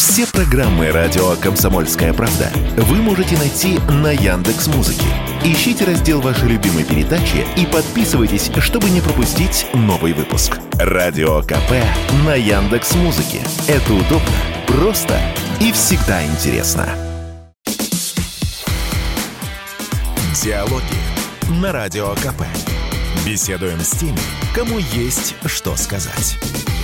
Все программы радио «Комсомольская правда» вы можете найти на Яндекс.Музыке. Ищите раздел вашей любимой передачи и подписывайтесь, чтобы не пропустить новый выпуск. Радио КП на Яндекс.Музыке. Это удобно, просто и всегда интересно. Диалоги на Радио КП. Беседуем с теми, кому есть что сказать.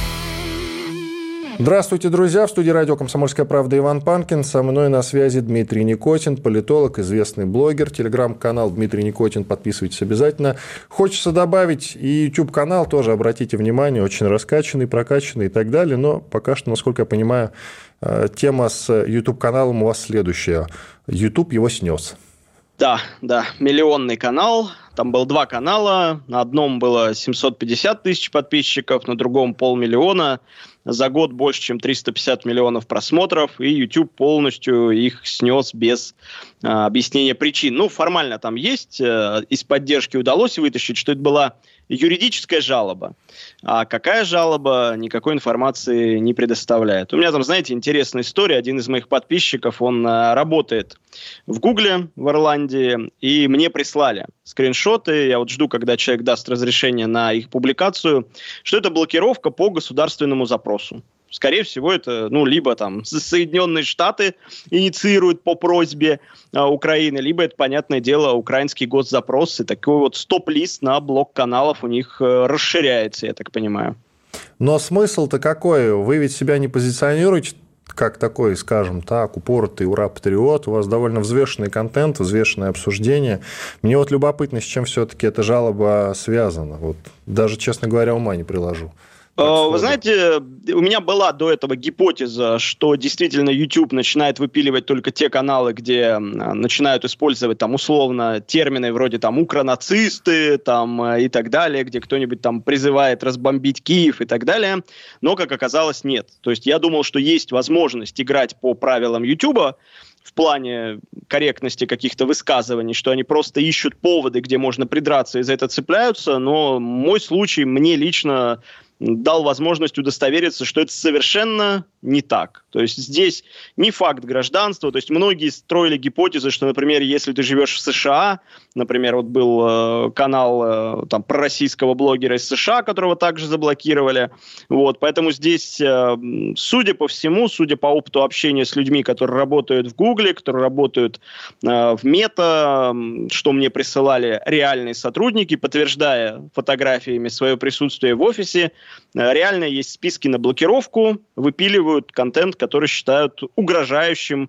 Здравствуйте, друзья. В студии радио «Комсомольская правда» Иван Панкин. Со мной на связи Дмитрий Никотин, политолог, известный блогер. Телеграм-канал Дмитрий Никотин. Подписывайтесь обязательно. Хочется добавить и YouTube-канал тоже, обратите внимание, очень раскачанный, прокачанный и так далее. Но пока что, насколько я понимаю, тема с YouTube-каналом у вас следующая. YouTube его снес. Да, миллионный канал. Там было 2 канала. На одном было 750 тысяч подписчиков, на другом 500 000. За год больше, чем 350 миллионов просмотров, и YouTube полностью их снес без объяснения причин. Ну, формально там есть, из поддержки удалось вытащить, что это была юридическая жалоба. А какая жалоба, никакой информации не предоставляет. У меня там, знаете, интересная история. Один из моих подписчиков, он работает в Гугле в Ирландии, и мне прислали скриншоты. Я вот жду, когда человек даст разрешение на их публикацию, что это блокировка по государственному запросу. Скорее всего, это, либо там Соединенные Штаты инициируют по просьбе Украины, либо это, понятное дело, украинский госзапрос, и такой вот стоп-лист на блок каналов у них расширяется, я так понимаю. Но смысл-то какой? Вы ведь себя не позиционируете как такой, скажем так, упоротый ура-патриот, у вас довольно взвешенный контент, взвешенное обсуждение. Мне вот любопытно, с чем все-таки эта жалоба связана. Вот даже, честно говоря, ума не приложу. Вы знаете, у меня была до этого гипотеза, что действительно YouTube начинает выпиливать только те каналы, где начинают использовать там условно термины вроде там укронацисты там, и так далее, где кто-нибудь там призывает разбомбить Киев и так далее. Но, как оказалось, нет. То есть я думал, что есть возможность играть по правилам YouTube в плане корректности каких-то высказываний, что они просто ищут поводы, где можно придраться и за это цепляются. Но мой случай мне лично дал возможность удостовериться, что это совершенно не так. То есть здесь не факт гражданства. То есть многие строили гипотезы, что, например, если ты живешь в США, например, вот был канал там пророссийского блогера из США, которого также заблокировали. Вот, поэтому здесь, судя по всему, судя по опыту общения с людьми, которые работают в Гугле, которые работают в Мета, что мне присылали реальные сотрудники, подтверждая фотографиями свое присутствие в офисе, реально есть списки на блокировку, выпиливают контент, который считают угрожающим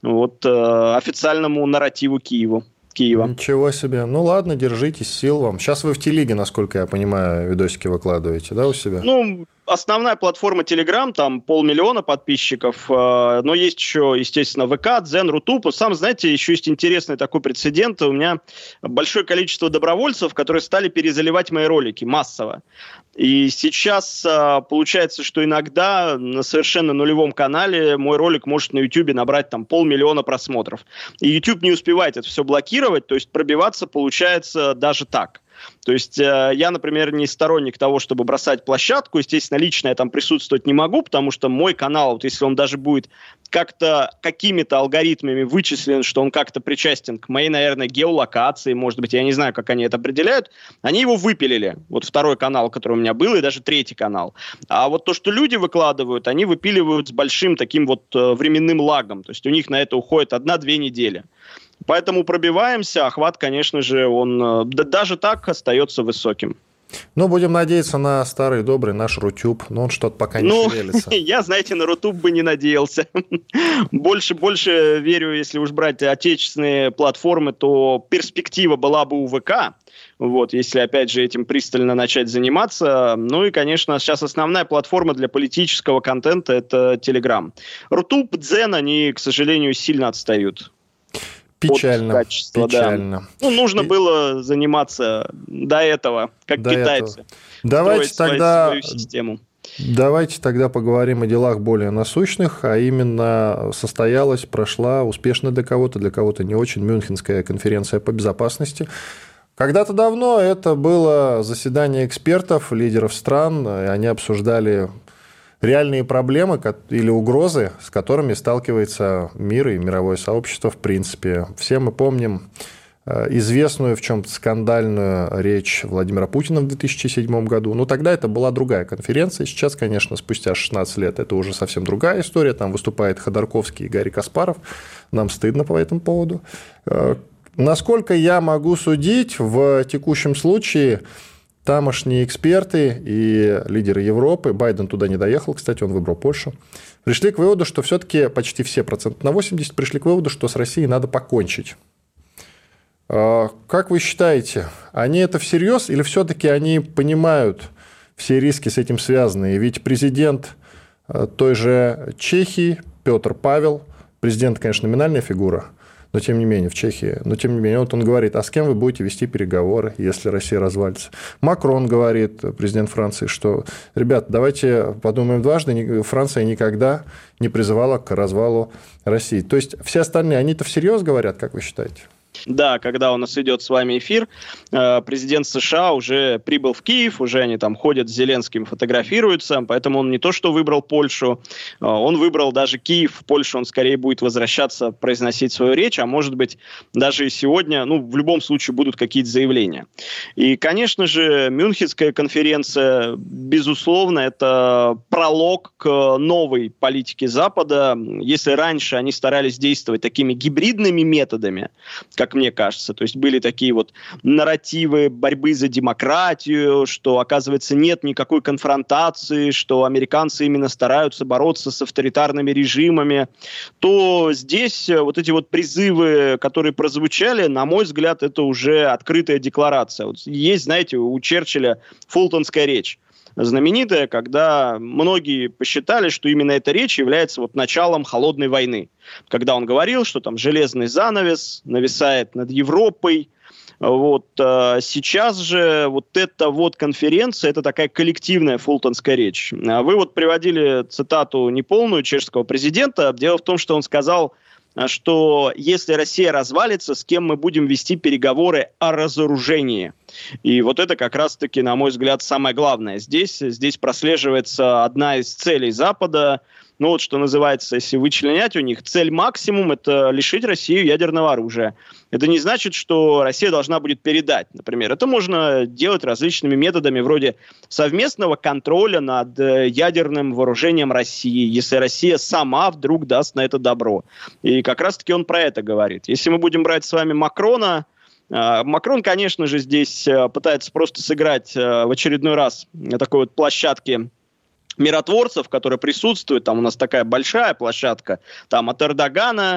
официальному нарративу Киева. Ничего себе. Ну ладно, держитесь, сил вам. Сейчас вы в Телеге, насколько я понимаю, видосики выкладываете, да, у себя? Основная платформа Telegram, там 500 000 подписчиков, но есть еще, естественно, ВК, Дзен, Рутуб. Сам, знаете, еще есть интересный такой прецедент. У меня большое количество добровольцев, которые стали перезаливать мои ролики массово. И сейчас получается, что иногда на совершенно нулевом канале мой ролик может на YouTube набрать там 500 000 просмотров. И YouTube не успевает это все блокировать, то есть пробиваться получается даже так. То есть я, например, не сторонник того, чтобы бросать площадку. Естественно, лично я там присутствовать не могу, потому что мой канал, вот если он даже будет как-то какими-то алгоритмами вычислен, что он как-то причастен к моей, наверное, геолокации, может быть, я не знаю, как они это определяют, они его выпилили. Вот 2-й канал, который у меня был, и даже 3-й канал. А вот то, что люди выкладывают, они выпиливают с большим таким вот временным лагом. То есть у них на это уходит 1-2 недели. Поэтому пробиваемся, охват, конечно же, он даже так остается высоким. Будем надеяться на старый добрый наш Рутюб, но он что-то пока не шевелится. Я, знаете, на Рутюб бы не надеялся. Больше верю, если уж брать отечественные платформы, то перспектива была бы у ВК, если, опять же, этим пристально начать заниматься. И, конечно, сейчас основная платформа для политического контента – это Telegram. Рутюб, Дзен, они, к сожалению, сильно отстают. Печально. Да. Нужно было заниматься до этого, как китайцы. Давайте тогда свою систему. Давайте тогда поговорим о делах более насущных, а именно прошла успешно для кого-то не очень, Мюнхенская конференция по безопасности. Когда-то давно это было заседание экспертов, лидеров стран, и они обсуждали реальные проблемы или угрозы, с которыми сталкивается мир и мировое сообщество в принципе. Все мы помним известную в чем-то скандальную речь Владимира Путина в 2007 году. Но тогда это была другая конференция. Сейчас, конечно, спустя 16 лет это уже совсем другая история. Там выступает Ходорковский и Гарри Каспаров. Нам стыдно по этому поводу. Насколько я могу судить, в текущем случае тамошние эксперты и лидеры Европы, Байден туда не доехал, кстати, он выбрал Польшу, пришли к выводу, что все-таки почти все, 80% пришли к выводу, что с Россией надо покончить. Как вы считаете, они это всерьез или все-таки они понимают все риски с этим связанные? Ведь президент той же Чехии, Петр Павел, президент, конечно, номинальная фигура, но тем не менее в Чехии, но тем не менее вот он говорит, а с кем вы будете вести переговоры, если Россия развалится? Макрон говорит, президент Франции, что, ребят, давайте подумаем дважды, Франция никогда не призывала к развалу России. То есть все остальные, они-то всерьез говорят, как вы считаете? Да, когда у нас идет с вами эфир, президент США уже прибыл в Киев, уже они там ходят с Зеленским, фотографируются, поэтому он не то что выбрал Польшу, он выбрал даже Киев. В Польшу он скорее будет возвращаться, произносить свою речь, а может быть даже и сегодня, в любом случае будут какие-то заявления. И, конечно же, Мюнхенская конференция, безусловно, это пролог к новой политике Запада. Если раньше они старались действовать такими гибридными методами, как мне кажется. То есть были такие вот нарративы борьбы за демократию, что, оказывается, нет никакой конфронтации, что американцы именно стараются бороться с авторитарными режимами, то здесь вот эти вот призывы, которые прозвучали, на мой взгляд, это уже открытая декларация. Вот есть, знаете, у Черчилля фултонская речь. Знаменитая, когда многие посчитали, что именно эта речь является вот началом холодной войны. Когда он говорил, что там железный занавес нависает над Европой. Вот сейчас же вот эта вот конференция, это такая коллективная фултонская речь. Вы вот приводили цитату неполную чешского президента. Дело в том, что он сказал, что если Россия развалится, с кем мы будем вести переговоры о разоружении. И вот это как раз-таки, на мой взгляд, самое главное. Здесь прослеживается одна из целей Запада. Вот что называется, если вычленять у них, цель максимум – это лишить Россию ядерного оружия. Это не значит, что Россия должна будет передать, например. Это можно делать различными методами, вроде совместного контроля над ядерным вооружением России, если Россия сама вдруг даст на это добро. И как раз-таки он про это говорит. Если мы будем брать с вами Макрона, Макрон, конечно же, здесь пытается просто сыграть в очередной раз на такой вот площадке миротворцев, которые присутствуют. Там у нас такая большая площадка, там от Эрдогана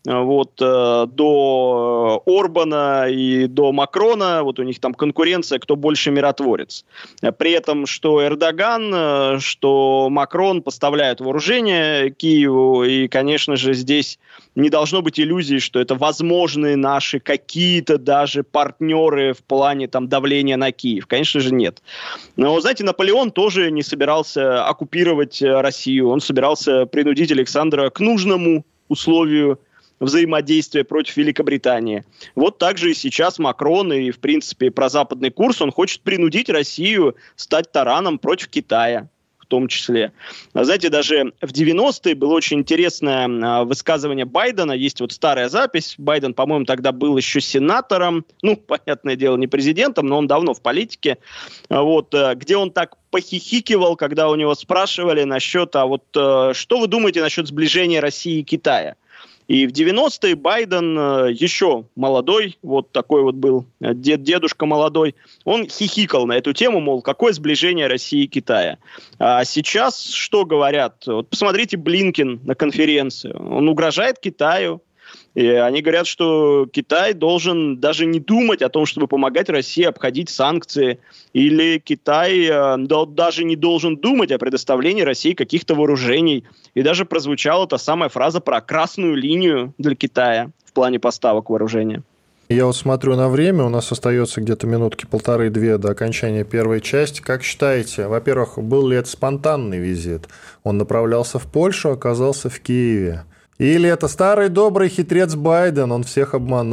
до Орбана и до Макрона, вот у них там конкуренция, кто больше миротворец. При этом, что Эрдоган, что Макрон поставляют вооружение Киеву, и, конечно же, здесь не должно быть иллюзий, что это возможные наши какие-то даже партнеры в плане там давления на Киев. Конечно же, нет. Но, знаете, Наполеон тоже не собирался оккупировать Россию, он собирался принудить Александра к нужному условию взаимодействия против Великобритании. Вот так же и сейчас Макрон и, в принципе, прозападный курс, он хочет принудить Россию стать тараном против Китая, в том числе. Знаете, даже в 90-е было очень интересное высказывание Байдена, есть вот старая запись, Байден, по-моему, тогда был еще сенатором, понятное дело, не президентом, но он давно в политике, где он так похихикивал, когда у него спрашивали насчет, что вы думаете насчет сближения России и Китая? И в 90-е Байден, еще молодой, вот такой вот был дедушка молодой, он хихикал на эту тему, мол, какое сближение России и Китая. А сейчас что говорят? Вот посмотрите Блинкен на конференции. Он угрожает Китаю. И они говорят, что Китай должен даже не думать о том, чтобы помогать России обходить санкции. Или Китай даже не должен думать о предоставлении России каких-то вооружений. И даже прозвучала та самая фраза про красную линию для Китая в плане поставок вооружения. Я вот смотрю на время, у нас остается где-то минутки 1,5-2 до окончания первой части. Как считаете, во-первых, был ли это спонтанный визит? Он направлялся в Польшу, оказался в Киеве. Или это старый добрый хитрец Байден, он всех обманул?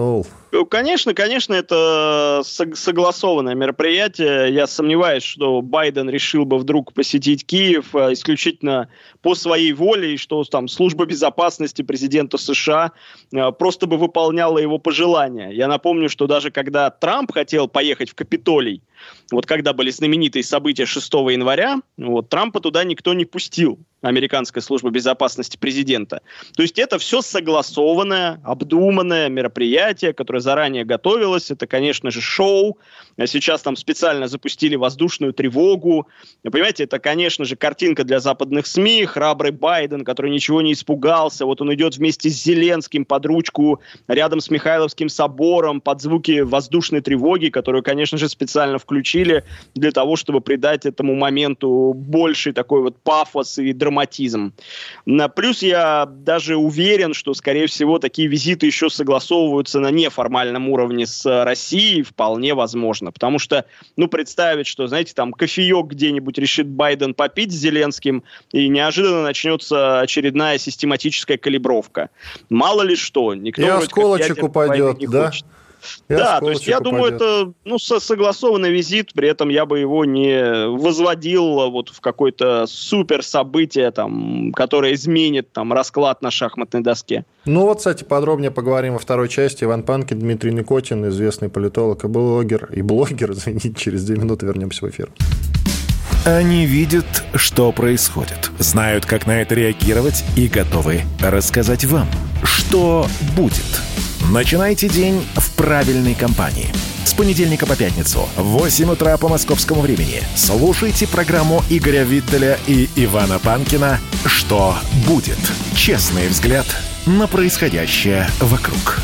Конечно, это согласованное мероприятие. Я сомневаюсь, что Байден решил бы вдруг посетить Киев исключительно по своей воле, и что там служба безопасности президента США просто бы выполняла его пожелания. Я напомню, что даже когда Трамп хотел поехать в Капитолий, вот когда были знаменитые события 6 января, вот, Трампа туда никто не пустил, американская служба безопасности президента. То есть это все согласованное, обдуманное мероприятие, которое заранее готовилось. Это, конечно же, шоу. Сейчас там специально запустили воздушную тревогу. Понимаете, это, конечно же, картинка для западных СМИ. Храбрый Байден, который ничего не испугался. Вот он идет вместе с Зеленским под ручку рядом с Михайловским собором под звуки воздушной тревоги, которую, конечно же, специально включили для того, чтобы придать этому моменту больший такой вот пафос и драматизм. Плюс я даже уверен, что, скорее всего, такие визиты еще согласовываются на неформальном уровне с Россией, вполне возможно. Потому что, представить, что, знаете, там кофеек где-нибудь решит Байден попить с Зеленским, и неожиданно начнется очередная систематическая калибровка. Мало ли что. Никто и осколочек упадет, да? Хочет. Да, то есть я думаю, это согласованный визит, при этом я бы его не возводил вот в какое-то супер событие, там, которое изменит там, расклад на шахматной доске. Кстати, подробнее поговорим во второй части. Иван Панкин, Дмитрий Никотин, известный политолог и блогер, извините, через 2 минуты вернемся в эфир. Они видят, что происходит, знают, как на это реагировать и готовы рассказать вам, что будет. Начинайте день в правильной компании. С понедельника по пятницу в 8 утра по московскому времени слушайте программу Игоря Виттеля и Ивана Панкина «Что будет?». Честный взгляд на происходящее вокруг.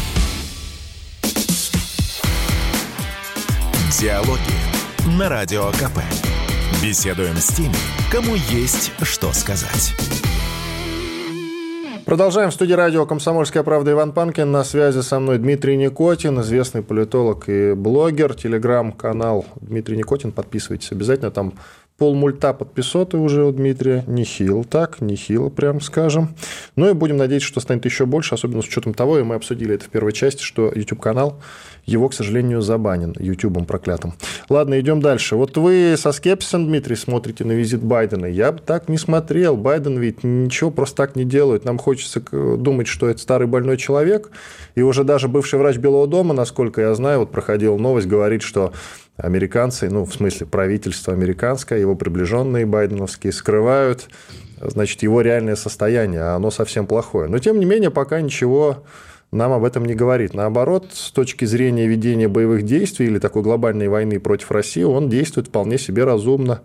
Диалоги на Радио КП. Беседуем с теми, кому есть что сказать. Продолжаем. В студии радио «Комсомольская правда» Иван Панкин. На связи со мной Дмитрий Никотин, известный политолог и блогер. Телеграм-канал Дмитрий Никотин. Подписывайтесь обязательно. Там полмульта подписоты уже у Дмитрия. Нехило, прям скажем. И будем надеяться, что станет еще больше, особенно с учетом того, и мы обсудили это в первой части, что YouTube-канал, его, к сожалению, забанен Ютубом проклятым. Ладно, идем дальше. Вот вы со скепсисом, Дмитрий, смотрите на визит Байдена. Я бы так не смотрел. Байден ведь ничего просто так не делает. Нам хочется думать, что это старый больной человек. И уже даже бывший врач Белого дома, насколько я знаю, вот проходила новость, говорит, что американцы, в смысле правительство американское, его приближенные байденовские скрывают, значит, его реальное состояние, а оно совсем плохое. Но, тем не менее, пока ничего нам об этом не говорит. Наоборот, с точки зрения ведения боевых действий или такой глобальной войны против России, он действует вполне себе разумно.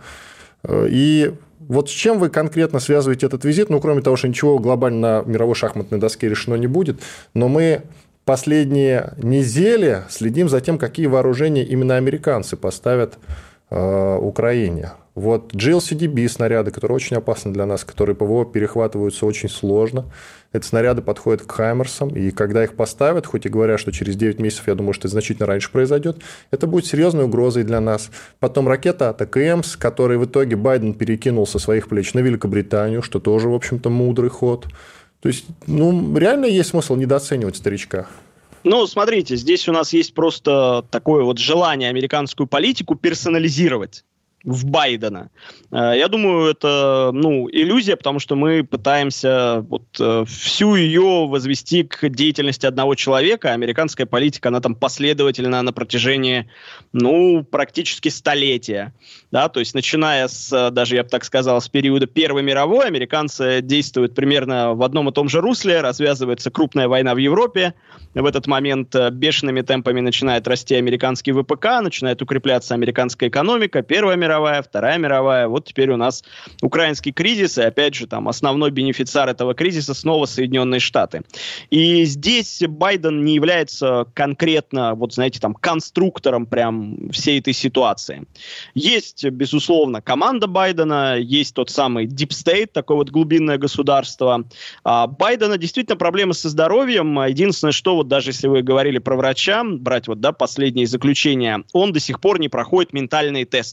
И вот с чем вы конкретно связываете этот визит? Кроме того, что ничего глобально на мировой шахматной доске решено не будет, но мы последние недели следим за тем, какие вооружения именно американцы поставят Украине. Вот GLCDB снаряды, которые очень опасны для нас, которые ПВО перехватываются очень сложно. Эти снаряды подходят к «Хаймерсам», и когда их поставят, хоть и говорят, что через 9 месяцев, я думаю, что это значительно раньше произойдет, это будет серьезной угрозой для нас. Потом ракета АТАКМС, который в итоге Байден перекинул со своих плеч на Великобританию, что тоже, в общем-то, мудрый ход. То есть, реально есть смысл недооценивать старичка. Смотрите, здесь у нас есть просто такое вот желание американскую политику персонализировать в Байдена. Я думаю, это иллюзия, потому что мы пытаемся всю ее возвести к деятельности одного человека. Американская политика, она там последовательна на протяжении, практически столетия. Да? То есть, начиная с, даже я бы так сказал, с периода Первой мировой, американцы действуют примерно в одном и том же русле, развязывается крупная война в Европе. В этот момент бешеными темпами начинает расти американский ВПК, начинает укрепляться американская экономика, Первая мировая, Вторая мировая. Вот теперь у нас украинский кризис, и опять же там основной бенефициар этого кризиса снова Соединенные Штаты. И здесь Байден не является конкретно, конструктором прям всей этой ситуации. Есть, безусловно, команда Байдена, есть тот самый Deep State, такое вот глубинное государство. Байдена действительно проблемы со здоровьем. Единственное, что даже если вы говорили про врача, брать последние заключения, он до сих пор не проходит ментальные тесты.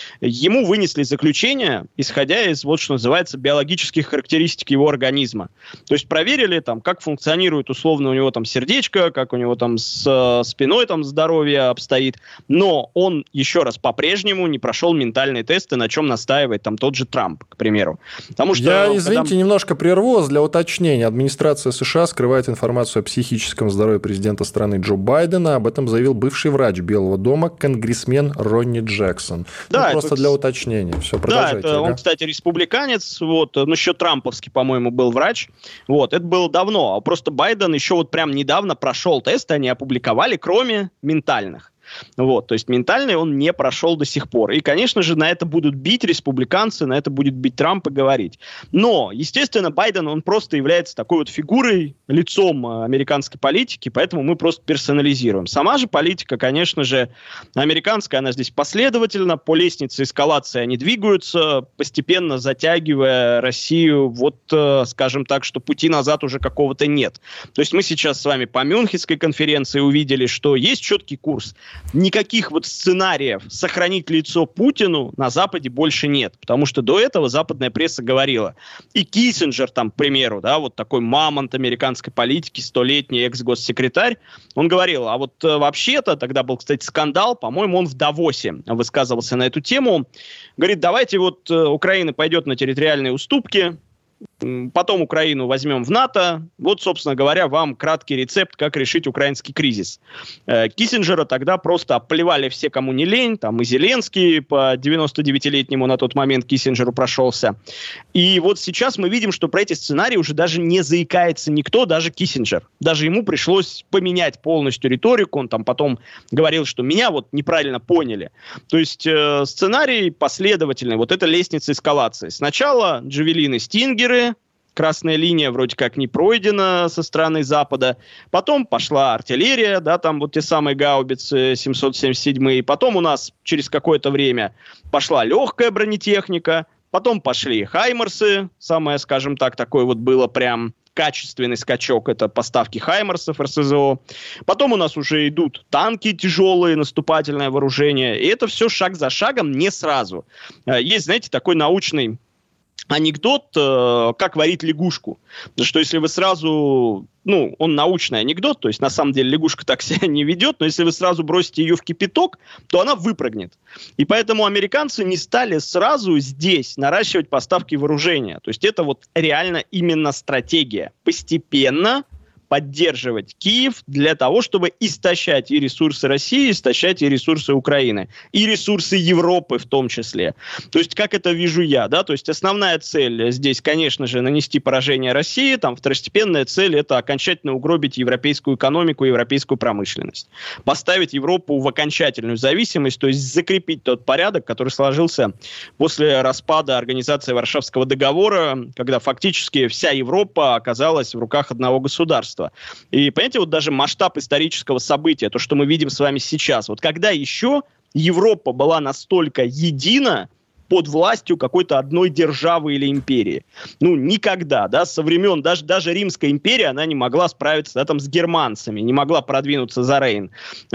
ему вынесли заключение, исходя из, вот что называется, биологических характеристик его организма. То есть проверили, там, как функционирует условно у него там сердечко, как у него там с спиной там здоровье обстоит, но он, еще раз, по-прежнему не прошел ментальные тесты, на чем настаивает там тот же Трамп, к примеру. Потому что, я, извините, немножко прерву. Для уточнения, администрация США скрывает информацию о психическом здоровье президента страны Джо Байдена. Об этом заявил бывший врач Белого дома, конгрессмен Ронни Джексон. Да, просто для уточнения. Все, продолжайте. Да, он, кстати, республиканец, вот, ну, еще трамповский, по-моему, был врач. Вот, это было давно. А просто Байден еще вот прям недавно прошел тесты, они опубликовали, кроме ментальных. Вот, то есть ментальный он не прошел до сих пор. И, конечно же, на это будут бить республиканцы, на это будет бить Трамп и говорить. Но, естественно, Байден, он просто является такой вот фигурой, лицом американской политики, поэтому мы просто персонализируем. Сама же политика, конечно же, американская, она здесь последовательна, по лестнице эскалации они двигаются, постепенно затягивая Россию, вот, скажем так, что пути назад уже какого-то нет. То есть мы сейчас с вами по Мюнхенской конференции увидели, что есть четкий курс. Никаких вот сценариев сохранить лицо Путину на Западе больше нет, потому что до этого западная пресса говорила. И Киссинджер, там, к примеру, да, вот такой мамонт американской политики, 100-летний экс-госсекретарь, он говорил, а вот вообще-то, тогда был, кстати, скандал, по-моему, он в Давосе высказывался на эту тему, говорит, давайте вот Украина пойдет на территориальные уступки, потом Украину возьмем в НАТО. Вот, собственно говоря, вам краткий рецепт, как решить украинский кризис. Киссинджера тогда просто оплевали все, кому не лень. Там и Зеленский по 99-летнему на тот момент Киссинджеру прошелся. И вот сейчас мы видим, что про эти сценарии уже даже не заикается никто, даже Киссинджер. Даже ему пришлось поменять полностью риторику. Он там потом говорил, что меня вот неправильно поняли. То есть сценарий последовательный. Вот это лестница эскалации. Сначала джавелины, стингеры, красная линия вроде как не пройдена со стороны Запада. Потом пошла артиллерия, да, там вот те самые гаубицы 777-е. Потом у нас через какое-то время пошла легкая бронетехника. Потом пошли хаймерсы. Самое, скажем так, такое вот было прям качественный скачок. Это поставки хаймерсов РСЗО. Потом у нас уже идут танки тяжелые, наступательное вооружение. И это все шаг за шагом, не сразу. Есть, знаете, такой научный анекдот, как варить лягушку. Потому что если вы сразу... Ну, он научный анекдот, то есть на самом деле лягушка так себя не ведет, но если вы сразу бросите ее в кипяток, то она выпрыгнет. И поэтому американцы не стали сразу здесь наращивать поставки вооружения. То есть это вот реально именно стратегия. Постепенно поддерживать Киев для того, чтобы истощать и ресурсы России, истощать и ресурсы Украины, и ресурсы Европы в том числе. То есть, как это вижу я, да, то есть основная цель здесь, конечно же, нанести поражение России, там второстепенная цель — это окончательно угробить европейскую экономику, европейскую промышленность, поставить Европу в окончательную зависимость, то есть закрепить тот порядок, который сложился после распада Организации Варшавского договора, когда фактически вся Европа оказалась в руках одного государства. И, понимаете, вот даже масштаб исторического события, то, что мы видим с вами сейчас, вот когда еще Европа была настолько едина под властью какой-то одной державы или империи? Ну, никогда, да, со времен, даже Римская империя, она не могла справиться, да, там, с германцами, не могла продвинуться за Рейн.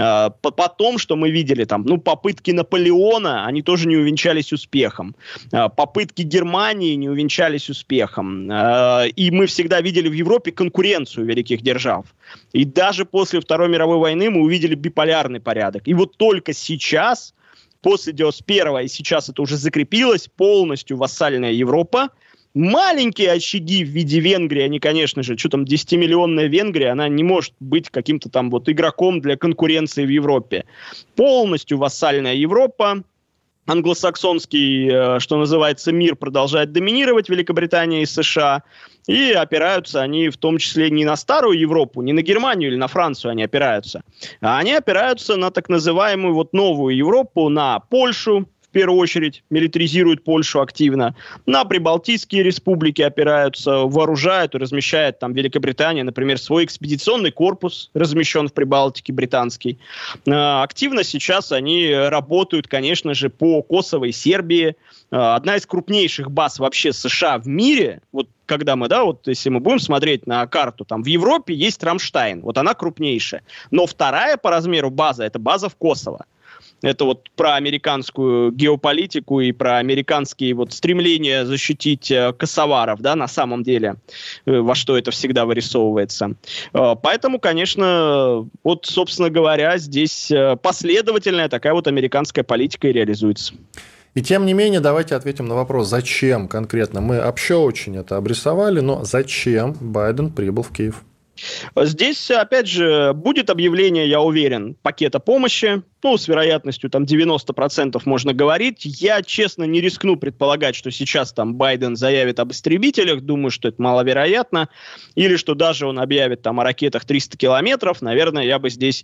Потом, что мы видели, там, ну, попытки Наполеона, они тоже не увенчались успехом. Попытки Германии не увенчались успехом. И мы всегда видели в Европе конкуренцию великих держав. И даже после Второй мировой войны мы увидели биполярный порядок. И вот только сейчас, после 91-го, и сейчас это уже закрепилось, полностью вассальная Европа. Маленькие очаги в виде Венгрии, они, конечно же, что там, 10-миллионная Венгрия, она не может быть каким-то там вот игроком для конкуренции в Европе. Полностью вассальная Европа. Англосаксонский, что называется, мир продолжает доминировать Великобритания и США. И опираются они в том числе не на старую Европу, не на Германию или на Францию они опираются, а они опираются на так называемую вот новую Европу, на Польшу, в первую очередь, милитаризируют Польшу активно, на прибалтийские республики опираются, вооружают и размещают там Великобритания, например, свой экспедиционный корпус, размещен в Прибалтике, британский. Активно сейчас они работают, конечно же, по Косово и Сербии. Одна из крупнейших баз вообще США в мире, вот когда мы, да, вот если мы будем смотреть на карту, там в Европе есть Рамштайн, вот она крупнейшая. Но вторая по размеру база — это база в Косово. Это вот про американскую геополитику и про американские вот стремления защитить косоваров, да, на самом деле, во что это всегда вырисовывается. Поэтому, конечно, вот, собственно говоря, здесь последовательная такая вот американская политика и реализуется. И тем не менее, давайте ответим на вопрос, зачем конкретно. Мы вообще очень это обрисовали, но зачем Байден прибыл в Киев? Здесь, опять же, будет объявление, я уверен, пакета помощи. Ну, с вероятностью там 90% можно говорить. Я, честно, не рискну предполагать, что сейчас там Байден заявит об истребителях. Думаю, что это маловероятно. Или что даже он объявит там о ракетах 300 километров. Наверное, я бы здесь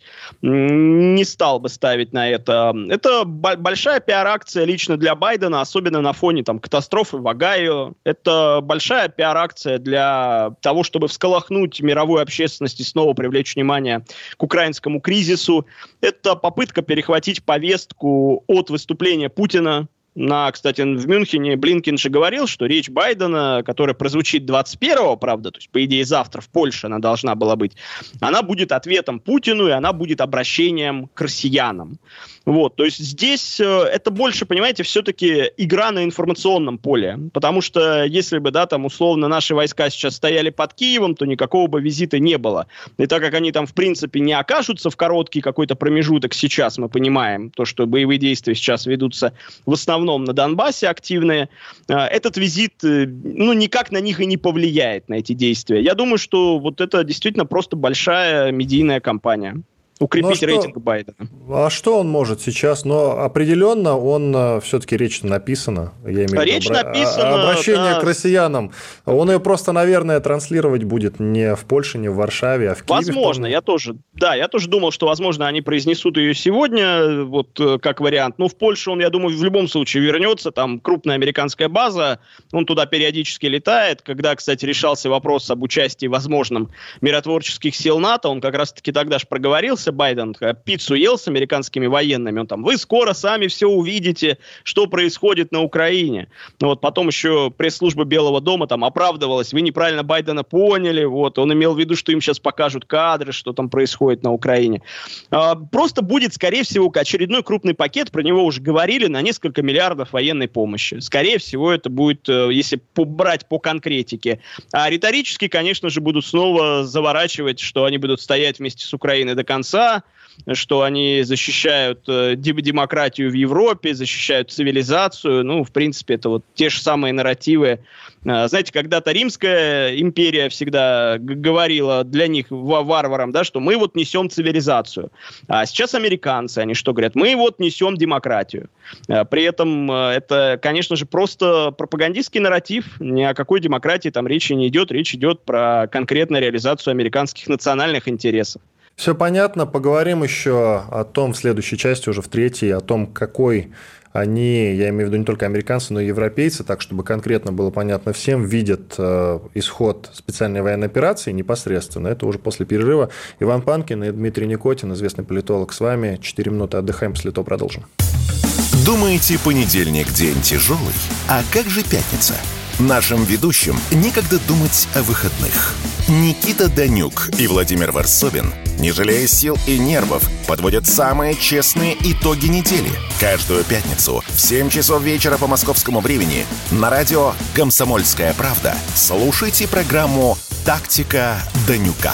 не стал бы ставить на это. Это большая пиар-акция лично для Байдена, особенно на фоне там катастрофы в Огайо. Это большая пиар-акция для того, чтобы всколыхнуть мировую общественность и снова привлечь внимание к украинскому кризису. Это попытка перехватить повестку от выступления Путина. Кстати, в Мюнхене Блинкен же говорил, что речь Байдена, которая прозвучит 21-го, правда, то есть, по идее, завтра в Польше она должна была быть, она будет ответом Путину, и она будет обращением к россиянам. Вот, то есть здесь это больше, понимаете, все-таки игра на информационном поле, потому что если бы, да, там условно наши войска сейчас стояли под Киевом, то никакого бы визита не было. И так как они там, в принципе, не окажутся в короткий какой-то промежуток сейчас, мы понимаем, то, что боевые действия сейчас ведутся в основном на Донбассе активные, этот визит, ну, никак на них и не повлияет, на эти действия. Я думаю, что вот это действительно просто большая медийная кампания. Укрепить рейтинг Байдена. А что он может сейчас? Но определенно он все-таки речь написана. Я имею в виду написана, обращение к россиянам. Он ее просто, наверное, транслировать будет не в Польше, не в Варшаве, а в Киеве. Возможно, я тоже думал, что, возможно, они произнесут ее сегодня, вот как вариант. Но в Польшу он, я думаю, в любом случае вернется. Там крупная американская база, он туда периодически летает. Когда, кстати, решался вопрос об участии возможном миротворческих сил НАТО, он как раз-таки тогда же проговорился, Байден пиццу ел с американскими военными, он там, вы скоро сами все увидите, что происходит на Украине. Но вот потом еще пресс-служба Белого дома там оправдывалась, вы неправильно Байдена поняли, вот, он имел в виду, что им сейчас покажут кадры, что там происходит на Украине. Просто будет, скорее всего, очередной крупный пакет, про него уже говорили, на несколько миллиардов военной помощи. Скорее всего, это будет, если брать по конкретике. А риторически, конечно же, будут снова заворачивать, что они будут стоять вместе с Украиной до конца, что они защищают демократию в Европе, защищают цивилизацию. Ну, в принципе, это вот те же самые нарративы. Знаете, когда-то Римская империя всегда говорила для них, варварам, да, что мы вот несем цивилизацию. А сейчас американцы, они что говорят? Мы вот несем демократию. При этом это, конечно же, просто пропагандистский нарратив. Ни о какой демократии там речи не идет. Речь идет про конкретную реализацию американских национальных интересов. Все понятно. Поговорим еще о том в следующей части, уже в третьей, о том, какой они, я имею в виду не только американцы, но и европейцы, так, чтобы конкретно было понятно всем, видят исход специальной военной операции непосредственно. Это уже после перерыва. Иван Панкин и Дмитрий Никотин, известный политолог, с вами. 4 минуты отдыхаем, после этого продолжим. Думаете, понедельник день тяжелый? А как же пятница? Нашим ведущим некогда думать о выходных. Никита Данюк и Владимир Варсобин, не жалея сил и нервов, подводят самые честные итоги недели. Каждую пятницу в 7 часов вечера по московскому времени на радио «Комсомольская правда» слушайте программу «Тактика Данюка».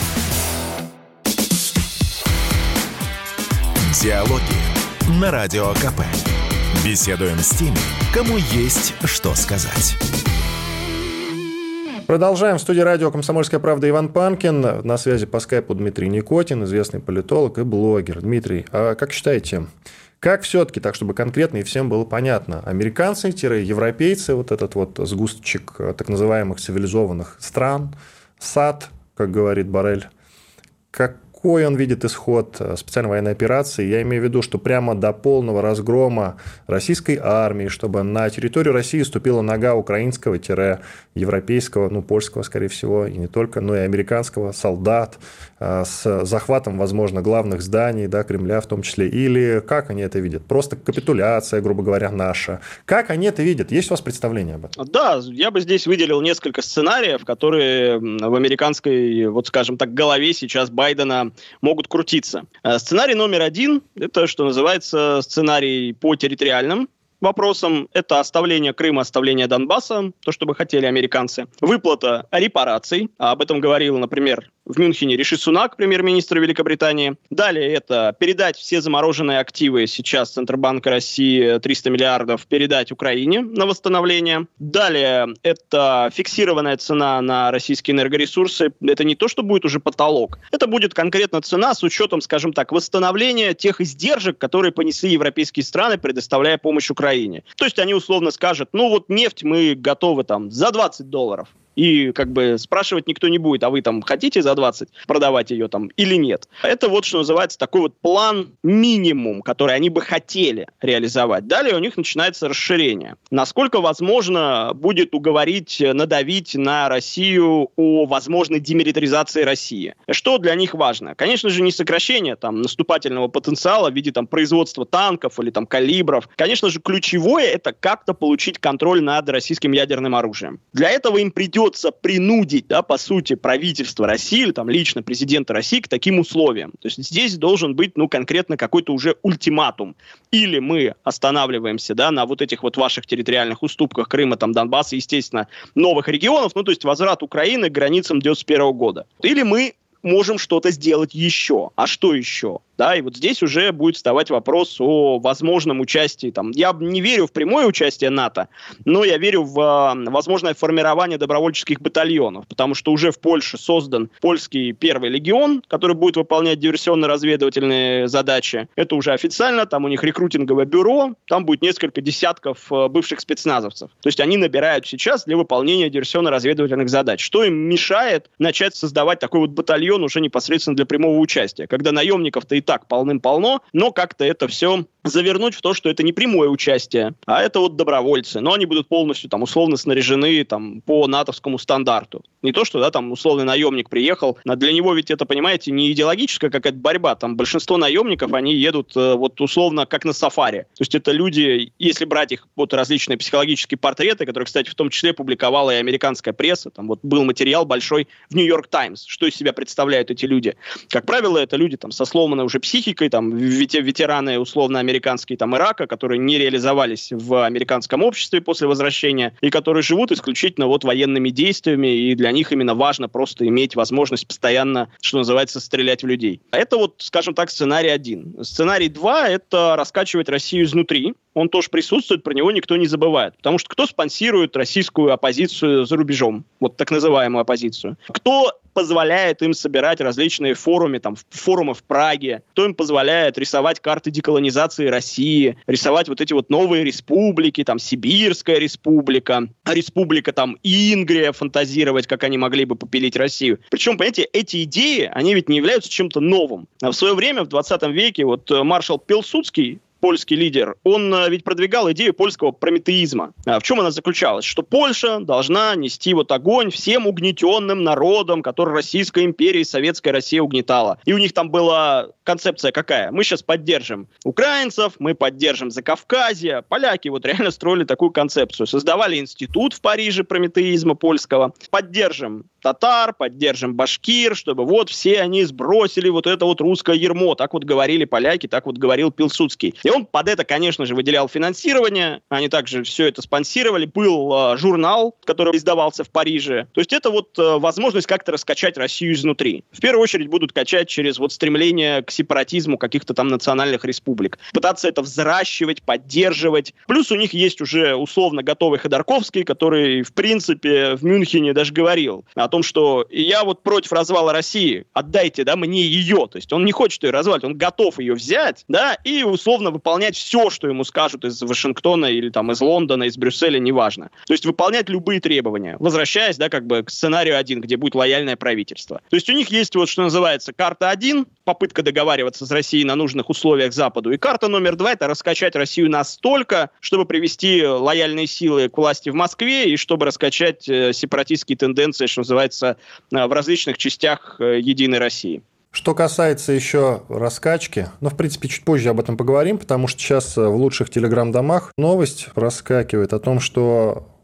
Диалоги на Радио КП. Беседуем с теми, кому есть что сказать. Продолжаем. В студии радио «Комсомольская правда» Иван Панкин. На связи по скайпу Дмитрий Никотин, известный политолог и блогер. Дмитрий, а как считаете, как все-таки, так чтобы конкретно и всем было понятно, американцы-европейцы, вот этот вот сгусточек так называемых цивилизованных стран, САД, как говорит Боррель, какой он видит исход специальной военной операции? Я имею в виду, что прямо до полного разгрома российской армии, чтобы на территорию России ступила нога украинского-европейского, ну, польского, скорее всего, и не только, но и американского солдат с захватом, возможно, главных зданий, да, Кремля в том числе. Или как они это видят? Просто капитуляция, грубо говоря, наша. Как они это видят? Есть у вас представление об этом? Да, я бы здесь выделил несколько сценариев, которые в американской, вот скажем так, голове сейчас Байдена могут крутиться. Сценарий номер 1 – это, что называется, сценарий по территориальным вопросам. Это оставление Крыма, оставление Донбасса, то, что бы хотели американцы. Выплата репараций. Об этом говорил, например, в Мюнхене Риши Сунак, премьер-министр Великобритании. Далее это передать все замороженные активы, сейчас Центробанка России 300 миллиардов, передать Украине на восстановление. Далее это фиксированная цена на российские энергоресурсы. Это не то, что будет уже потолок. Это будет конкретно цена с учетом, скажем так, восстановления тех издержек, которые понесли европейские страны, предоставляя помощь Украине. То есть они условно скажут, ну вот нефть мы готовы там за $20. И как бы спрашивать никто не будет, а вы там хотите за 20 продавать ее там или нет. Это вот, что называется, такой вот план минимум, который они бы хотели реализовать. Далее у них начинается расширение. Насколько возможно будет уговорить, надавить на Россию о возможной демилитаризации России. Что для них важно? Конечно же, не сокращение там наступательного потенциала в виде там производства танков или там калибров. Конечно же, ключевое это как-то получить контроль над российским ядерным оружием. Для этого им придется принудить, да, по сути, правительство России или там лично президента России к таким условиям. То есть здесь должен быть, ну, конкретно какой-то уже ультиматум. Или мы останавливаемся, да, на вот этих вот ваших территориальных уступках Крыма, там, Донбасса, естественно, новых регионов, ну, то есть возврат Украины к границам 1991 года. Или мы можем что-то сделать еще. А что еще? Да, и вот здесь уже будет вставать вопрос о возможном участии. Там, я не верю в прямое участие НАТО, но я верю в возможное формирование добровольческих батальонов, потому что уже в Польше создан польский первый легион, который будет выполнять диверсионно-разведывательные задачи. Это уже официально, там у них рекрутинговое бюро, там будет несколько десятков бывших спецназовцев. То есть они набирают сейчас для выполнения диверсионно-разведывательных задач. Что им мешает начать создавать такой вот батальон уже непосредственно для прямого участия, когда наемников-то и так полным-полно, но как-то это все завернуть в то, что это не прямое участие, а это вот добровольцы. Но они будут полностью там условно снаряжены там по натовскому стандарту. Не то, что да, там условный наемник приехал, но для него ведь это, понимаете, не идеологическая какая-то борьба. Там большинство наемников, они едут вот условно как на сафари. То есть это люди, если брать их вот различные психологические портреты, которые, кстати, в том числе публиковала и американская пресса, там вот был материал большой в Нью-Йорк Таймс, что из себя представляют эти люди. Как правило, это люди там со сломанной уже психикой, там ветераны условно американские там Ирака, которые не реализовались в американском обществе после возвращения и которые живут исключительно вот военными действиями, и для них именно важно просто иметь возможность постоянно, что называется, стрелять в людей. Это вот, скажем так, сценарий 1. Сценарий 2 – это раскачивать Россию изнутри. Он тоже присутствует, про него никто не забывает. Потому что кто спонсирует российскую оппозицию за рубежом? Вот так называемую оппозицию. Кто позволяет им собирать различные форумы в Праге? Кто им позволяет рисовать карты деколонизации России, рисовать вот эти вот новые республики, там Сибирская республика, республика там Ингрия, фантазировать, как они могли бы попилить Россию. Причем, понимаете, эти идеи, они ведь не являются чем-то новым. В свое время, в 20 веке, вот маршал Пилсудский, польский лидер, он ведь продвигал идею польского прометеизма. В чем она заключалась? Что Польша должна нести вот огонь всем угнетенным народам, которые Российская империя и Советская Россия угнетала. И у них там была концепция какая? Мы сейчас поддержим украинцев, мы поддержим Закавказье. Поляки вот реально строили такую концепцию. Создавали институт в Париже прометеизма польского. Поддержим татар, поддержим башкир, чтобы вот все они сбросили вот это вот русское ярмо. Так вот говорили поляки, так вот говорил Пилсудский. И он под это, конечно же, выделял финансирование. Они также все это спонсировали. Был журнал, который издавался в Париже. То есть это вот возможность как-то раскачать Россию изнутри. В первую очередь будут качать через вот стремление к сепаратизму каких-то там национальных республик. Пытаться это взращивать, поддерживать. Плюс у них есть уже условно готовый Ходорковский, который, в принципе, в Мюнхене даже говорил о том, что я вот против развала России, отдайте, да, мне ее. То есть он не хочет ее развалить, он готов ее взять, да, и условно выполнять все, что ему скажут из Вашингтона или там из Лондона, из Брюсселя, неважно. То есть выполнять любые требования, возвращаясь, да, как бы к сценарию 1, где будет лояльное правительство. То есть у них есть вот, что называется, карта 1, попытка договариваться с Россией на нужных условиях Западу, и карта номер 2 – это раскачать Россию настолько, чтобы привести лояльные силы к власти в Москве и чтобы раскачать сепаратистские тенденции, что называется, в различных частях Единой России. Что касается еще раскачки, в принципе, чуть позже об этом поговорим, потому что сейчас в лучших телеграм-домах новость проскакивает о том, что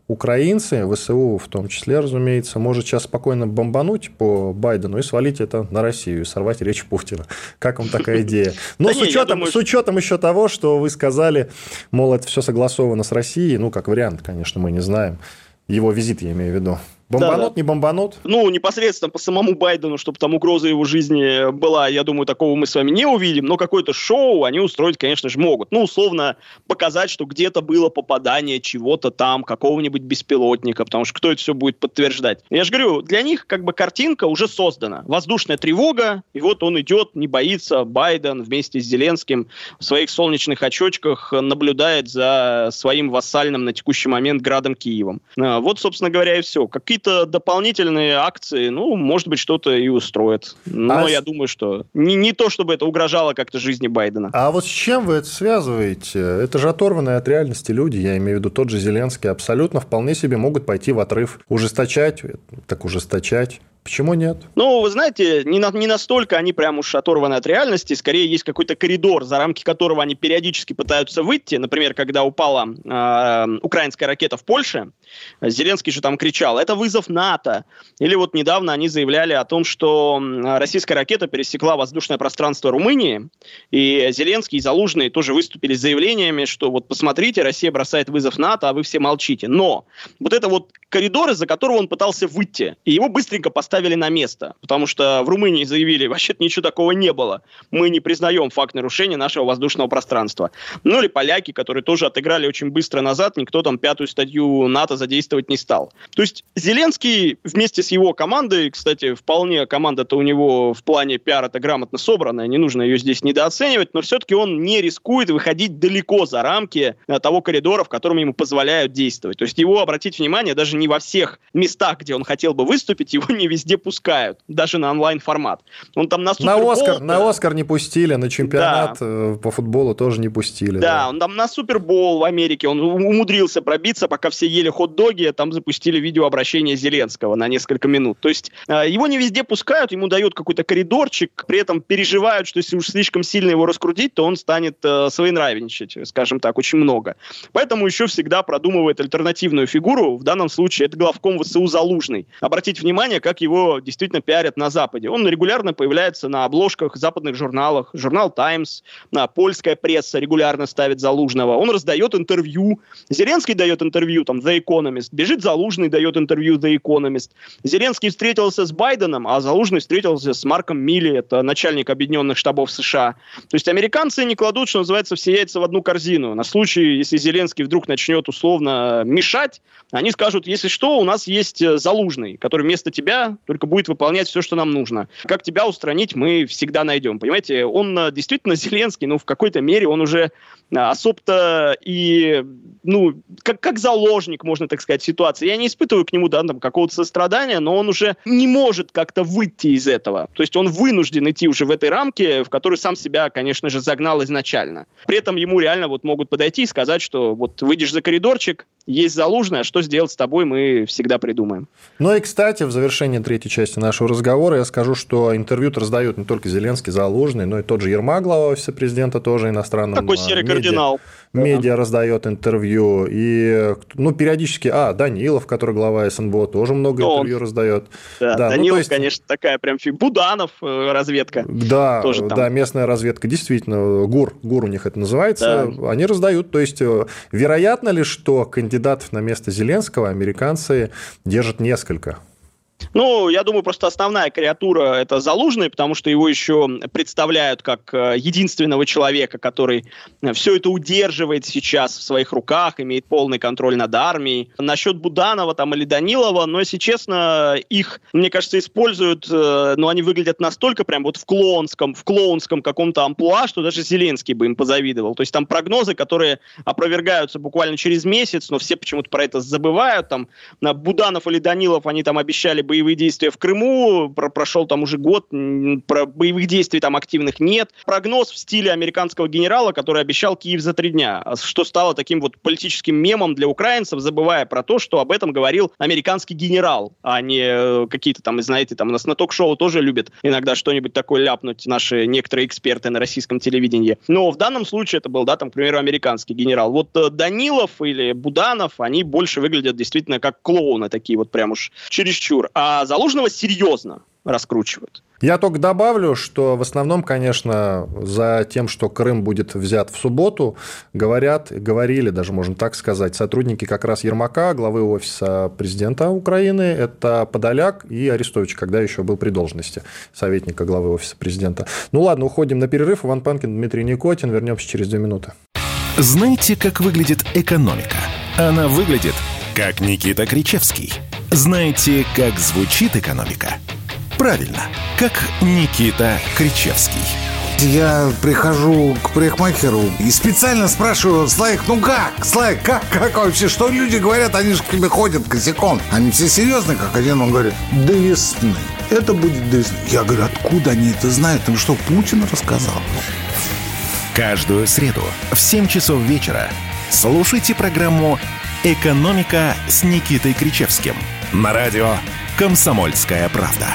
украинцы, ВСУ в том числе, разумеется, может сейчас спокойно бомбануть по Байдену и свалить это на Россию, и сорвать речь Путина. Как вам такая идея? Ну, с учетом еще того, что вы сказали, мол, это все согласовано с Россией, ну, как вариант, конечно, мы не знаем. Его визит, я имею в виду. Бомбанут, не бомбанут? Ну, непосредственно по самому Байдену, чтобы там угроза его жизни была, я думаю, такого мы с вами не увидим, но какое-то шоу они устроить, конечно же, могут. Ну, условно, показать, что где-то было попадание чего-то там, какого-нибудь беспилотника, потому что кто это все будет подтверждать? Я же говорю, для них как бы картинка уже создана. Воздушная тревога, и вот он идет, не боится, Байден вместе с Зеленским в своих солнечных очочках наблюдает за своим вассальным на текущий момент градом Киевом. Вот, собственно говоря, и все. Какие-то дополнительные акции, ну, может быть, что-то и устроит. Но я думаю, что не то, чтобы это угрожало как-то жизни Байдена. А вот с чем вы это связываете? Это же оторванные от реальности люди, я имею в виду тот же Зеленский, абсолютно вполне себе могут пойти в отрыв. Ужесточать, так ужесточать. Почему нет? Ну, вы знаете, не настолько они прям уж оторваны от реальности. Скорее, есть какой-то коридор, за рамки которого они периодически пытаются выйти. Например, когда упала украинская ракета в Польше, Зеленский же там кричал: это вызов НАТО. Или вот недавно они заявляли о том, что российская ракета пересекла воздушное пространство Румынии, и Зеленский и Залужный тоже выступили с заявлениями, что вот посмотрите, Россия бросает вызов НАТО, а вы все молчите. Но вот это вот коридор, из-за которого он пытался выйти, и его быстренько поставили на место, потому что в Румынии заявили: вообще-то ничего такого не было, мы не признаем факт нарушения нашего воздушного пространства. Ну или поляки, которые тоже отыграли очень быстро назад, никто там 5-ю статью НАТО задействовать не стал. То есть Зеленский вместе с его командой, кстати, вполне команда-то у него в плане пиара-то грамотно собранная, не нужно ее здесь недооценивать, но все-таки он не рискует выходить далеко за рамки того коридора, в котором ему позволяют действовать. То есть его, обратите внимание, даже не во всех местах, где он хотел бы выступить, его не везде пускают, даже на онлайн-формат. Он там на Супербол... На Оскар не пустили, на чемпионат по футболу тоже не пустили. Да, он там на Супербол в Америке, он умудрился пробиться, пока все ели хот-доги, там запустили видеообращение Зеленского на несколько минут. То есть его не везде пускают, ему дают какой-то коридорчик, при этом переживают, что если уж слишком сильно его раскрутить, то он станет своенравничать, скажем так, очень много. Поэтому еще всегда продумывает альтернативную фигуру, в данном случае это главком ВСУ Залужный. Обратите внимание, как его действительно пиарят на Западе. Он регулярно появляется на обложках западных журналов. Журнал «Таймс», польская пресса регулярно ставит Залужного. Он раздает интервью. Зеленский дает интервью, там, The Economist. Бежит Залужный, дает интервью The Economist. Зеленский встретился с Байденом, а Залужный встретился с Марком Милли, это начальник Объединенных Штабов США. То есть американцы не кладут, что называется, все яйца в одну корзину. На случай, если Зеленский вдруг начнет условно мешать, они скажут: если что, у нас есть Залужный, который вместо тебя только будет выполнять все, что нам нужно. Как тебя устранить, мы всегда найдем. Понимаете, он действительно, Зеленский, в какой-то мере он уже особо-то и, как заложник, можно так сказать, ситуации. Я не испытываю к нему, там, какого-то сострадания, но он уже не может как-то выйти из этого. То есть он вынужден идти уже в этой рамке, в которую сам себя, конечно же, загнал изначально. При этом ему реально могут подойти и сказать, что вот выйдешь за коридорчик, есть Залужный, а что сделать с тобой, мы всегда придумаем. Ну и, кстати, в завершении третьей части нашего разговора я скажу, что интервью-то раздают не только Зеленский, Залужный, но и тот же Ермак, глава офиса президента, тоже иностранным такой серый кардинал. Медиа раздает интервью. И, периодически... Данилов, который глава СНБО, тоже много интервью раздает. Да, Данилов, конечно, такая прям Буданов, разведка. Да, тоже да, местная разведка. Действительно, ГУР у них это называется. Да. Они раздают. То есть, вероятно ли, что кандидатов на место Зеленского американцы держат несколько? Я думаю, просто основная креатура – это Залужный, потому что его еще представляют как единственного человека, который все это удерживает сейчас в своих руках, имеет полный контроль над армией. Насчет Буданова или Данилова, но, если честно, их, мне кажется, используют, они выглядят настолько прям в клоунском каком-то амплуа, что даже Зеленский бы им позавидовал. То есть там прогнозы, которые опровергаются буквально через месяц, но все почему-то про это забывают. Там Буданов или Данилов, они там обещали быть боевые действия в Крыму, прошел там уже год, про боевых действий там активных нет. Прогноз в стиле американского генерала, который обещал Киев за 3 дня, что стало таким вот политическим мемом для украинцев, забывая про то, что об этом говорил американский генерал, а не какие-то там, знаете, там у нас на ток-шоу тоже любят иногда что-нибудь такое ляпнуть наши некоторые эксперты на российском телевидении. Но в данном случае это был, да, там, к примеру, американский генерал. Вот Данилов или Буданов, они больше выглядят действительно как клоуны, такие вот прям уж чересчур. А Залужного серьезно раскручивают. Я только добавлю, что в основном, конечно, за тем, что Крым будет взят в субботу, говорили, даже можно так сказать, сотрудники как раз Ермака, главы офиса президента Украины, это Подоляк и Арестович, когда еще был при должности советника главы офиса президента. Ну ладно, уходим на перерыв. Иван Панкин, Дмитрий Никотин. Вернемся через 2 минуты. Знаете, как выглядит экономика? Она выглядит, как Никита Кричевский. Знаете, как звучит экономика? Правильно, как Никита Кричевский. Я прихожу к парикмахеру и специально спрашиваю: Славик, ну как? Славик, как вообще? Что люди говорят? Они же к тебе ходят косяком. Они все серьезные, как один. Он говорит: до весны. Это будет до весны. Я говорю: откуда они это знают? Им что, Путин рассказал? Каждую среду в 7 часов вечера слушайте программу «Экономика» с Никитой Кричевским на радио «Комсомольская правда».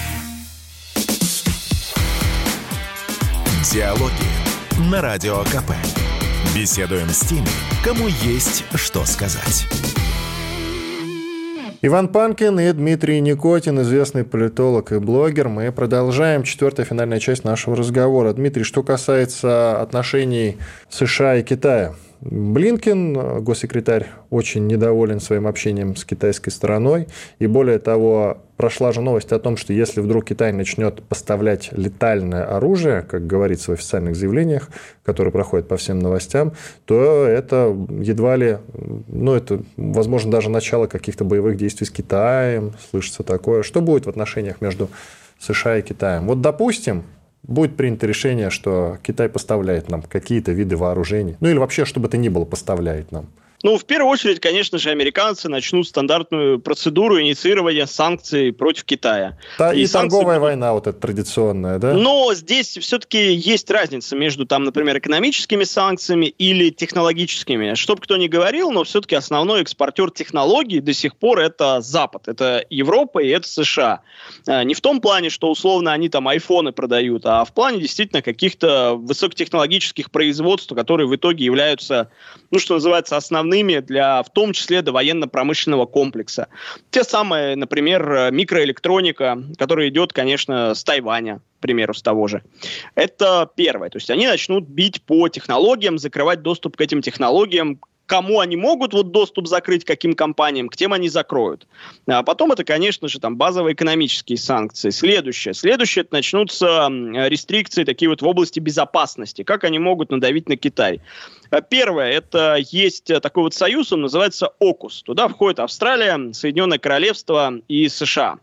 Диалоги на Радио КП. Беседуем с теми, кому есть что сказать. Иван Панкин и Дмитрий Никотин, известный политолог и блогер. Мы продолжаем 4-я финальная часть нашего разговора. Дмитрий, что касается отношений США и Китая. Блинкен, госсекретарь, очень недоволен своим общением с китайской стороной. И более того, прошла же новость о том, что если вдруг Китай начнет поставлять летальное оружие, как говорится в официальных заявлениях, которые проходят по всем новостям, то это едва ли, это, возможно, даже начало каких-то боевых действий с Китаем, слышится такое. Что будет в отношениях между США и Китаем? Вот, допустим, будет принято решение, что Китай поставляет нам какие-то виды вооружений. Или вообще, что бы то ни было, поставляет нам. В первую очередь, конечно же, американцы начнут стандартную процедуру инициирования санкций против Китая. И торговая война вот эта традиционная, да? Но здесь все-таки есть разница между, например, экономическими санкциями или технологическими. Что бы кто ни говорил, но все-таки основной экспортер технологий до сих пор это Запад, это Европа и это США. Не в том плане, что условно они там айфоны продают, а в плане действительно каких-то высокотехнологических производств, которые в итоге являются, что называется, основными для, в том числе, до военно-промышленного комплекса. Те самые, например, микроэлектроника, которая идет, конечно, с Тайваня, к примеру, с того же. Это первое. То есть они начнут бить по технологиям, закрывать доступ к этим технологиям. Кому они могут доступ закрыть, каким компаниям, к тем они закроют. А потом это, конечно же, базовые экономические санкции. Следующее это начнутся рестрикции такие в области безопасности. Как они могут надавить на Китай? Первое, это есть такой союз, он называется ОКУС. Туда входит Австралия, Соединенное Королевство и США.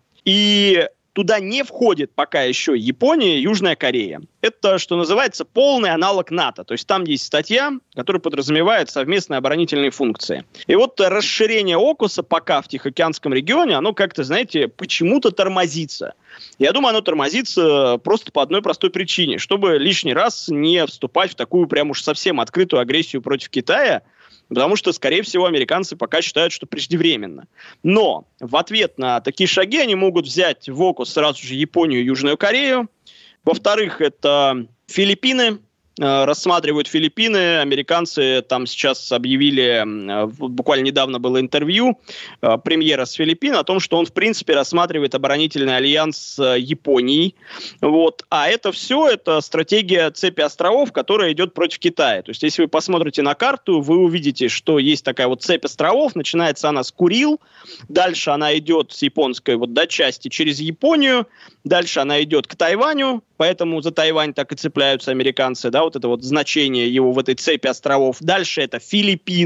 И туда не входит пока еще Япония и Южная Корея. Это, что называется, полный аналог НАТО. То есть там есть статья, которая подразумевает совместные оборонительные функции. И расширение ОКУСа пока в Тихоокеанском регионе, оно как-то, знаете, почему-то тормозится. Я думаю, оно тормозится просто по одной простой причине, чтобы лишний раз не вступать в такую прям уж совсем открытую агрессию против Китая, потому что, скорее всего, американцы пока считают, что преждевременно. Но в ответ на такие шаги они могут взять в ОКУС сразу же Японию и Южную Корею. Во-вторых, это Филиппины. Рассматривают Филиппины. Американцы там сейчас объявили, буквально недавно было интервью премьера с Филиппин о том, что он, в принципе, рассматривает оборонительный альянс с Японией. А это все, это стратегия цепи островов, которая идет против Китая. То есть, если вы посмотрите на карту, вы увидите, что есть такая цепь островов. Начинается она с Курил, дальше она идет с японской части через Японию, дальше она идет к Тайваню, поэтому за Тайвань так и цепляются американцы, это значение его в этой цепи островов. Дальше это Филиппины,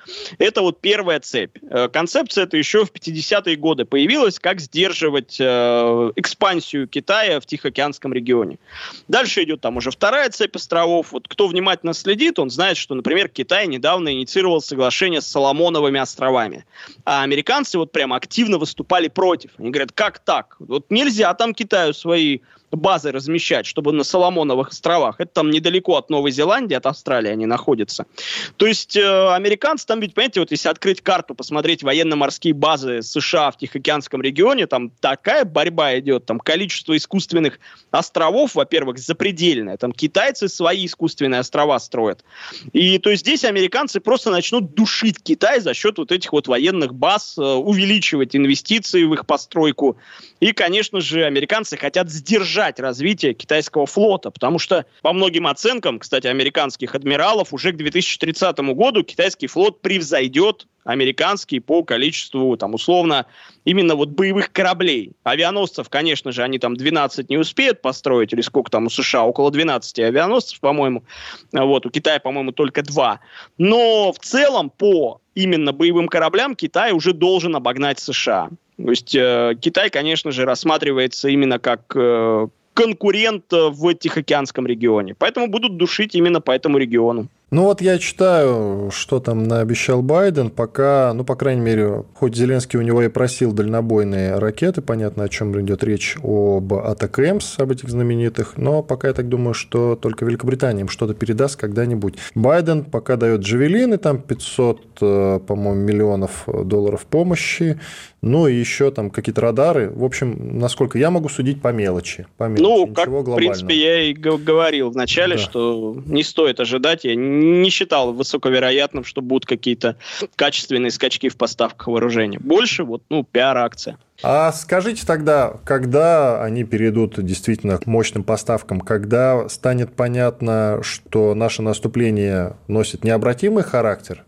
Это вот первая цепь. Концепция эта еще в 50-е годы появилась, как сдерживать экспансию Китая в Тихоокеанском регионе. Дальше идет там уже вторая цепь островов. Вот кто внимательно следит, он знает, что, например, Китай недавно инициировал соглашение с Соломоновыми островами. А американцы вот прям активно выступали против. Они говорят, как так? Вот нельзя там Китаю свои базы размещать, чтобы на Соломоновых островах. Это там недалеко от Новой Зеландии, от Австралии они находятся. То есть американцы там, ведь, понимаете, вот если открыть карту, посмотреть военно-морские базы США в Тихоокеанском регионе, там такая борьба идет, там количество искусственных островов, во-первых, запредельное. Там китайцы свои искусственные острова строят. И то есть здесь американцы просто начнут душить Китай за счет вот этих вот военных баз, увеличивать инвестиции в их постройку. И, конечно же, американцы хотят сдержать развитие китайского флота, потому что, по многим оценкам, кстати, американских адмиралов, уже к 2030 году китайский флот превзойдет американский по количеству, там, условно, именно вот боевых кораблей. Авианосцев, конечно же, они там 12 не успеют построить, или сколько там у США, около 12 авианосцев, по-моему. Вот, у Китая, по-моему, только 2. Но в целом по именно боевым кораблям Китай уже должен обогнать США. То есть Китай, конечно же, рассматривается именно как конкурент в Тихоокеанском регионе. Поэтому будут душить именно по этому региону. Ну вот я читаю, что там наобещал Байден, пока, ну, по крайней мере, хоть Зеленский у него и просил дальнобойные ракеты, понятно, о чем идет речь, об АТАКМС, об этих знаменитых, но пока я так думаю, что только Великобритания им что-то передаст когда-нибудь. Байден пока дает джавелины, там 500, по-моему, миллионов долларов помощи, ну и еще там какие-то радары. В общем, насколько я могу судить, по мелочи. Ну, как, в принципе, я и говорил вначале, да, что не стоит ожидать. Я не считал высоковероятным, что будут какие-то качественные скачки в поставках вооружения. Больше вот, ну, пиар-акция. А скажите тогда, когда они перейдут действительно к мощным поставкам, когда станет понятно, что наше наступление носит необратимый характер?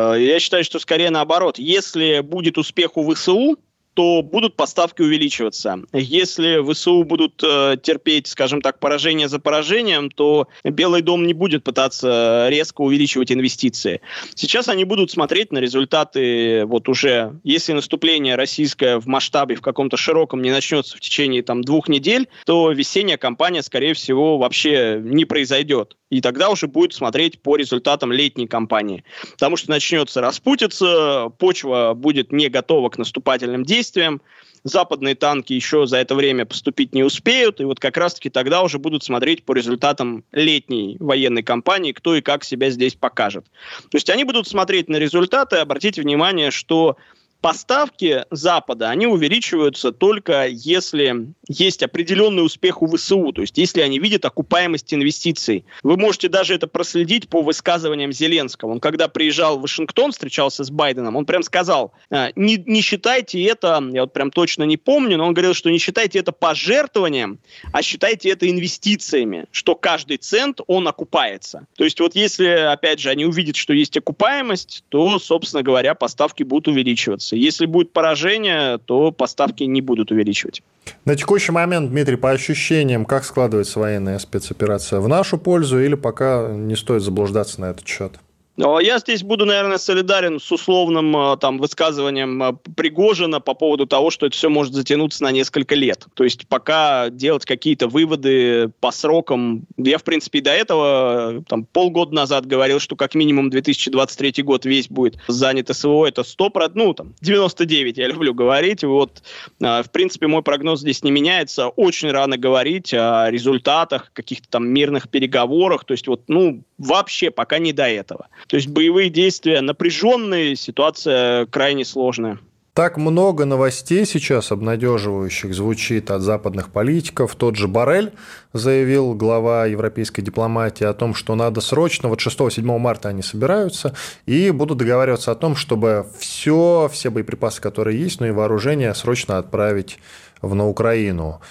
Я считаю, что скорее наоборот. Если будет успех у ВСУ, то будут поставки увеличиваться. Если ВСУ будут терпеть, скажем так, поражение за поражением, то Белый дом не будет пытаться резко увеличивать инвестиции. Сейчас они будут смотреть на результаты вот уже, если наступление российское в масштабе в каком-то широком не начнется в течение там 2 недель, то весенняя кампания, скорее всего, вообще не произойдет. И тогда уже будет смотреть по результатам летней кампании. Потому что начнется распутиться, почва будет не готова к наступательным действиям, западные танки еще за это время поступить не успеют, и вот как раз-таки тогда уже будут смотреть по результатам летней военной кампании, кто и как себя здесь покажет. То есть они будут смотреть на результаты, обратите внимание, что поставки Запада, они увеличиваются только если есть определенный успех у ВСУ, то есть если они видят окупаемость инвестиций. Вы можете даже это проследить по высказываниям Зеленского. Он когда приезжал в Вашингтон, встречался с Байденом, он прям сказал, не считайте это, я вот прям точно не помню, но он говорил, что не считайте это пожертвованием, а считайте это инвестициями, что каждый цент, он окупается. То есть вот если, опять же, они увидят, что есть окупаемость, то, собственно говоря, поставки будут увеличиваться. Если будет поражение, то поставки не будут увеличивать. На текущий момент, Дмитрий, по ощущениям, как складывается военная спецоперация? В нашу пользу или пока не стоит заблуждаться на этот счет? Я здесь буду, наверное, солидарен с условным там высказыванием Пригожина по поводу того, что это все может затянуться на несколько лет. То есть пока делать какие-то выводы по срокам... Я, в принципе, и до этого там, полгода назад говорил, что как минимум 2023 год весь будет занят СВО. Это 100%, ну, там, 99, я люблю говорить. Вот, в принципе, мой прогноз здесь не меняется. Очень рано говорить о результатах, каких-то там мирных переговорах. То есть вот, ну, вообще пока не до этого. То есть боевые действия напряженные, ситуация крайне сложная. Так много новостей сейчас обнадеживающих звучит от западных политиков. Тот же Боррель заявил, глава европейской дипломатии, о том, что надо срочно, вот 6-7 марта они собираются, и будут договариваться о том, чтобы все боеприпасы, которые есть, ну и вооружение срочно отправить на Украину.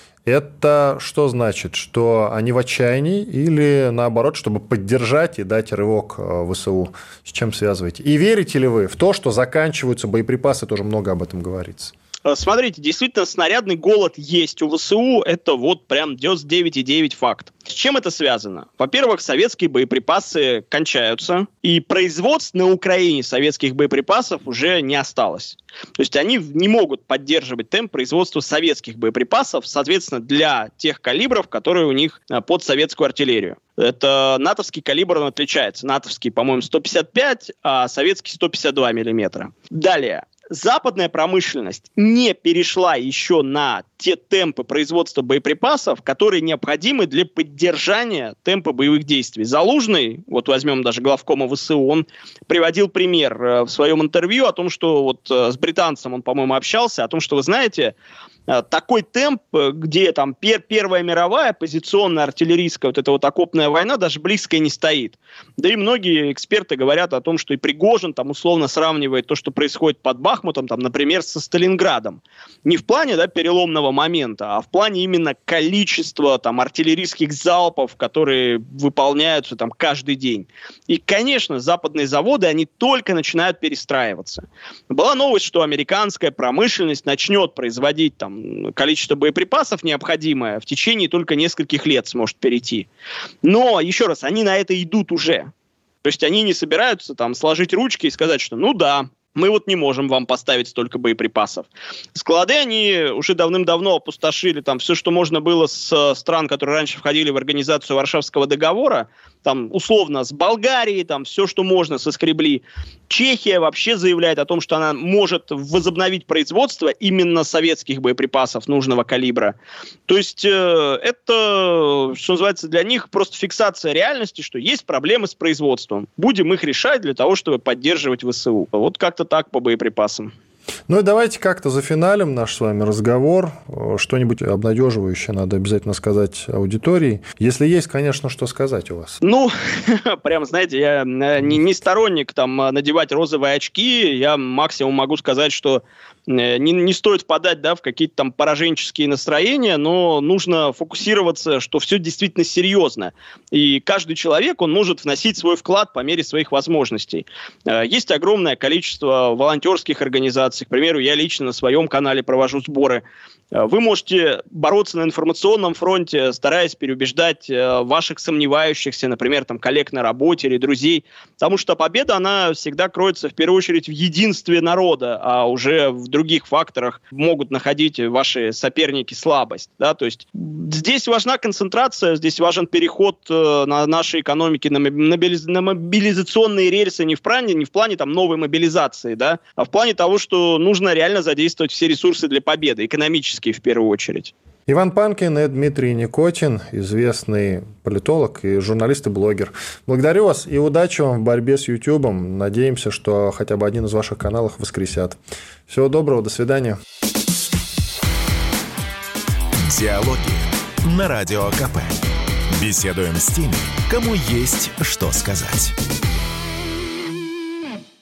Это что значит? Что они в отчаянии или наоборот, чтобы поддержать и дать рывок ВСУ? С чем связываете? И верите ли вы в то, что заканчиваются боеприпасы? Тоже много об этом говорится. Смотрите, действительно, снарядный голод есть у ВСУ, это вот прям 99,9 факт. С чем это связано? Во-первых, советские боеприпасы кончаются, и производств на Украине советских боеприпасов уже не осталось. То есть они не могут поддерживать темп производства советских боеприпасов, соответственно, для тех калибров, которые у них под советскую артиллерию. Это натовский калибр, он отличается. Натовский, по-моему, 155, а советский 152 миллиметра. Далее. Западная промышленность не перешла еще на те темпы производства боеприпасов, которые необходимы для поддержания темпа боевых действий. Залужный, вот возьмем даже главкома ВСУ, он приводил пример в своем интервью о том, что вот с британцем он, по-моему, общался, о том, что, вы знаете, такой темп, где там Первая мировая позиционная артиллерийская вот эта вот окопная война даже близко не стоит. Да и многие эксперты говорят о том, что и Пригожин там условно сравнивает то, что происходит под Бахмутом, там, например, со Сталинградом. Не в плане, да, переломного момента, а в плане именно количества там артиллерийских залпов, которые выполняются там каждый день. И, конечно, западные заводы, они только начинают перестраиваться. Была новость, что американская промышленность начнет производить там количество боеприпасов необходимое в течение только нескольких лет сможет перейти. Но, еще раз, они на это идут уже. То есть они не собираются там сложить ручки и сказать, что ну да, мы вот не можем вам поставить столько боеприпасов. Склады они уже давным-давно опустошили там все, что можно было с стран, которые раньше входили в организацию Варшавского договора, там условно с Болгарией, там все, что можно, соскребли. Чехия вообще заявляет о том, что она может возобновить производство именно советских боеприпасов нужного калибра. То есть это, что называется, для них просто фиксация реальности, что есть проблемы с производством. Будем их решать для того, чтобы поддерживать ВСУ. Вот как-то так по боеприпасам. Ну и давайте как-то зафиналим наш с вами разговор. Что-нибудь обнадеживающее надо обязательно сказать аудитории. Если есть, конечно, что сказать у вас. Ну, прям, знаете, я не сторонник там надевать розовые очки. Я максимум могу сказать, что не стоит впадать, да, в какие-то там пораженческие настроения, но нужно фокусироваться, что все действительно серьезно. И каждый человек, он может вносить свой вклад по мере своих возможностей. Есть огромное количество волонтерских организаций. К примеру, я лично на своем канале провожу сборы. Вы можете бороться на информационном фронте, стараясь переубеждать ваших сомневающихся, например, там, коллег на работе или друзей, потому что победа, она всегда кроется в первую очередь в единстве народа, а уже в других факторах могут находить ваши соперники слабость. Да? То есть здесь важна концентрация, здесь важен переход на нашей экономике на мобилизационные рельсы не в плане там, новой мобилизации, да? А в плане того, что нужно реально задействовать все ресурсы для победы, экономические в первую очередь. Иван Панкин и Дмитрий Никотин, известный политолог и журналист и блогер. Благодарю вас и удачи вам в борьбе с Ютубом. Надеемся, что хотя бы один из ваших каналов воскресят. Всего доброго, до свидания. Диалоги на Радио КП. Беседуем с теми, кому есть что сказать.